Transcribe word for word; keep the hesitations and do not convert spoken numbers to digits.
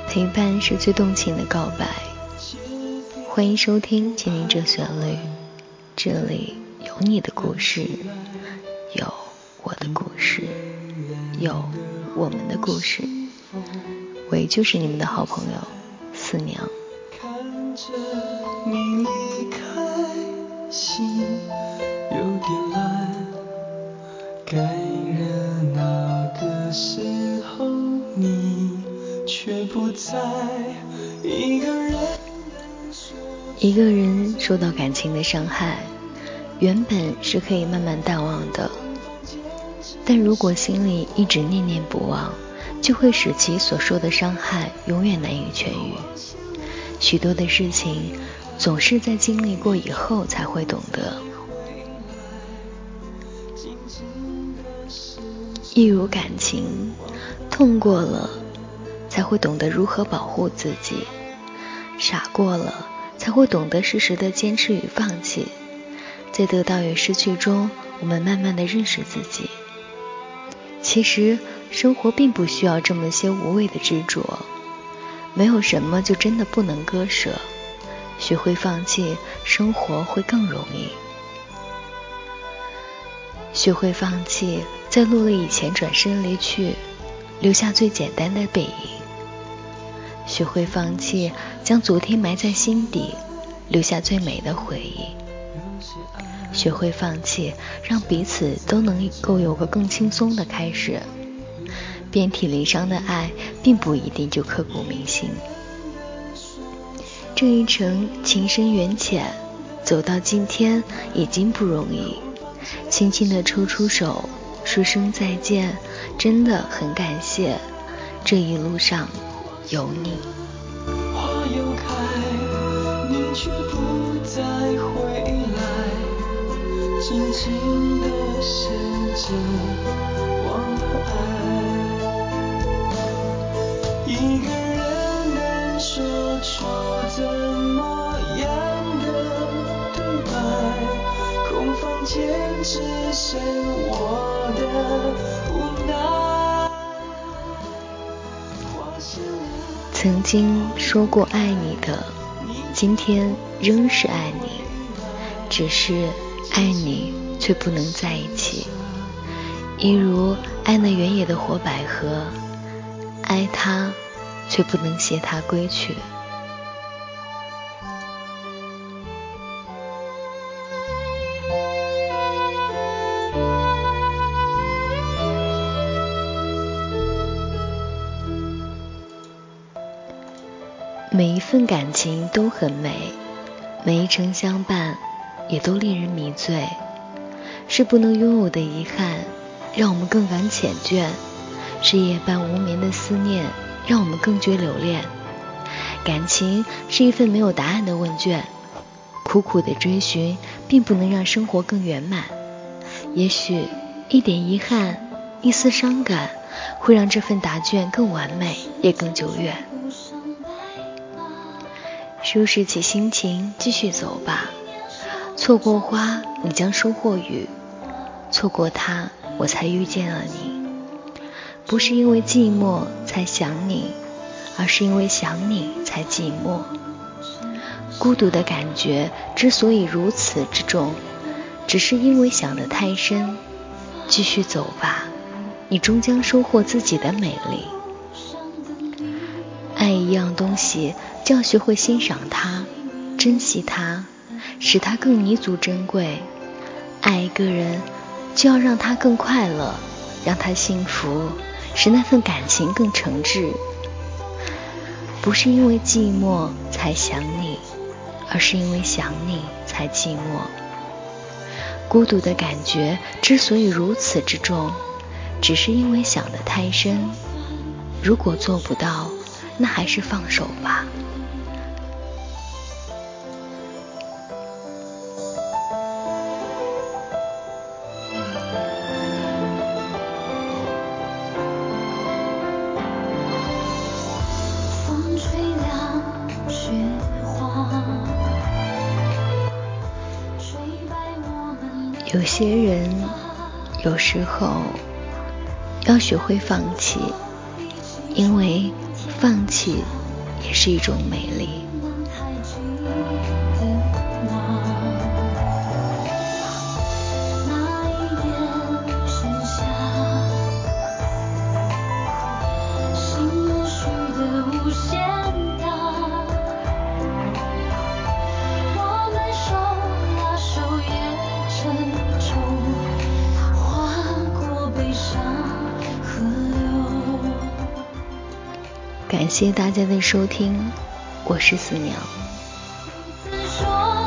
陪伴是最动情的告白。欢迎收听倾听这旋律，这里有你的故事，有我的故事，有我们的故事。我也就是你们的好朋友四娘。 看着你离开，心有点乱，该热闹的时候你却不在。一个人一个人受到感情的伤害，原本是可以慢慢淡忘的，但如果心里一直念念不忘，就会使其所受的伤害永远难以痊愈。许多的事情总是在经历过以后才会懂得，一如感情，痛过了才会懂得如何保护自己，傻过了才会懂得适时的坚持与放弃。在得到与失去中，我们慢慢的认识自己。其实生活并不需要这么些无谓的执着，没有什么就真的不能割舍。学会放弃，生活会更容易。学会放弃，在路了以前转身离去，留下最简单的背影。学会放弃，将昨天埋在心底，留下最美的回忆。学会放弃，让彼此都能够有个更轻松的开始。遍体鳞伤的爱并不一定就刻骨铭心。这一程情深缘浅，走到今天已经不容易。轻轻地抽出手，说声再见，真的很感谢这一路上有你。 花又开，你却不再回来，静静地守着，忘了爱。一个人能说出怎么样的对白，空房间只剩我的无奈。 曾经说过爱你的，今天仍是爱你，只是爱你却不能在一起。一如爱那原野的活百合，爱他却不能携他归去。每一份感情都很美，每一程相伴也都令人迷醉。是不能拥有的遗憾，让我们更感缱绻；是夜半无眠的思念，让我们更觉留恋。感情是一份没有答案的问卷，苦苦的追寻并不能让生活更圆满。也许一点遗憾，一丝伤感，会让这份答卷更完美，也更久远。收拾起心情，继续走吧。错过花，你将收获雨；错过他，我才遇见了你。不是因为寂寞才想你，而是因为想你才寂寞。孤独的感觉之所以如此之重，只是因为想得太深。继续走吧，你终将收获自己的美丽。爱一样东西，就要学会欣赏它，珍惜它，使它更弥足珍贵。爱一个人，就要让他更快乐，让他幸福，使那份感情更诚挚。不是因为寂寞才想你，而是因为想你才寂寞。孤独的感觉之所以如此之重，只是因为想得太深。如果做不到，那还是放手吧。有些人有时候要学会放弃，因为放弃也是一种美丽。感谢大家的收听，我是思鸟。